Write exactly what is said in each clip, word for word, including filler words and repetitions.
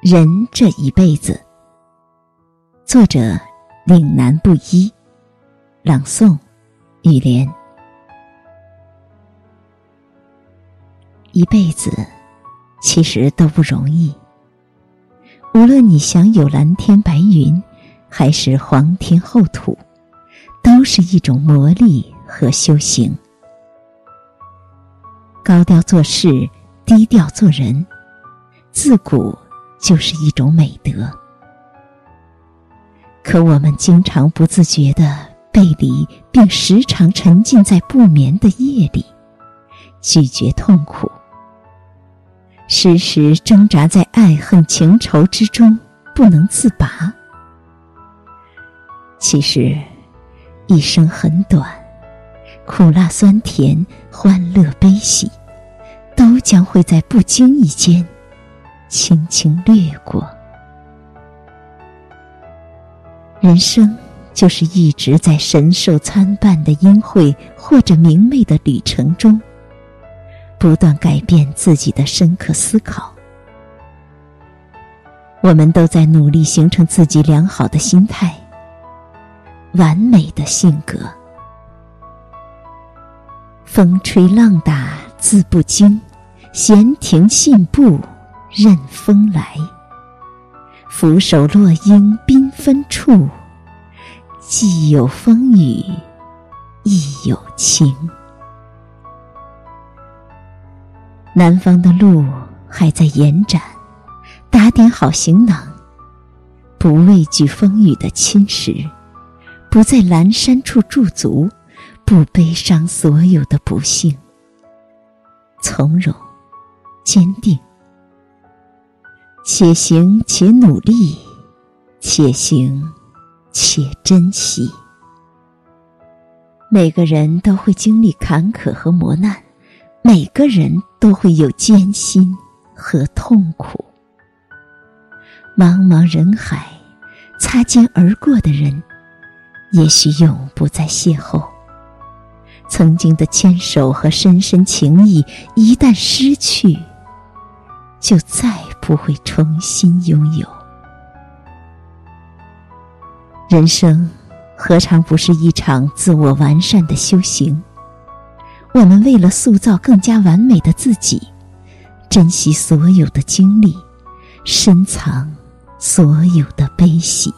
人这一辈子。作者岭南布衣，朗诵雨莲。一辈子其实都不容易，无论你享有蓝天白云，还是黄天厚土，都是一种磨砺和修行。高调做事，低调做人，自古就是一种美德。可我们经常不自觉地背离，并时常沉浸在不眠的夜里，咀嚼痛苦，时时挣扎在爱恨情仇之中，不能自拔。其实一生很短，苦辣酸甜，欢乐悲喜，都将会在不经意间轻轻掠过。人生就是一直在神兽参半的阴晦或者明媚的旅程中，不断改变自己的深刻思考。我们都在努力形成自己良好的心态，完美的性格。风吹浪打自不惊，闲庭信步任风来。俯首落英缤纷处，既有风雨亦有晴。南方的路还在延展，打点好行囊，不畏惧风雨的侵蚀，不在阑珊处驻足，不悲伤所有的不幸，从容坚定，且行且努力，且行且珍惜。每个人都会经历坎坷和磨难，每个人都会有艰辛和痛苦。茫茫人海，擦肩而过的人也许永不再邂逅，曾经的牵手和深深情谊一旦失去，就再不会重新拥有。人生何尝不是一场自我完善的修行？我们为了塑造更加完美的自己，珍惜所有的经历，深藏所有的悲喜。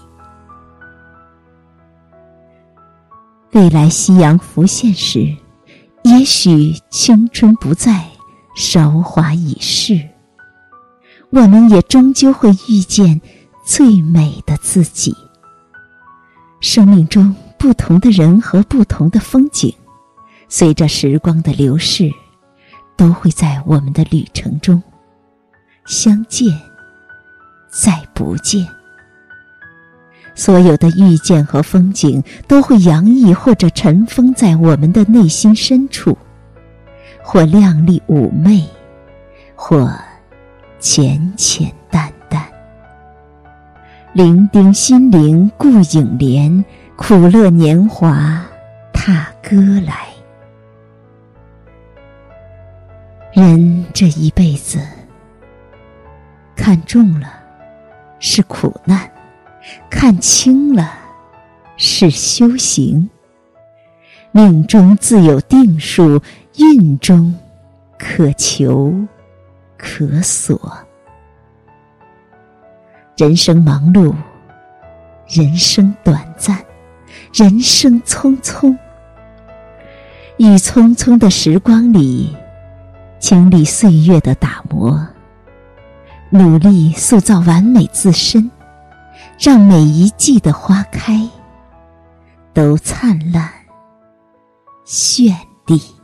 未来夕阳浮现时，也许青春不在，韶华已逝，我们也终究会遇见最美的自己。生命中不同的人和不同的风景，随着时光的流逝，都会在我们的旅程中相见再不见。所有的遇见和风景都会洋溢或者尘封在我们的内心深处，或亮丽妩媚，或浅浅淡淡。伶仃心灵顾影怜，苦乐年华踏歌来。人这一辈子，看重了是苦难，看轻了是修行。命中自有定数，运中可求可锁。人生忙碌，人生短暂，人生匆匆。于匆匆的时光里，经历岁月的打磨，努力塑造完美自身，让每一季的花开都灿烂绚丽。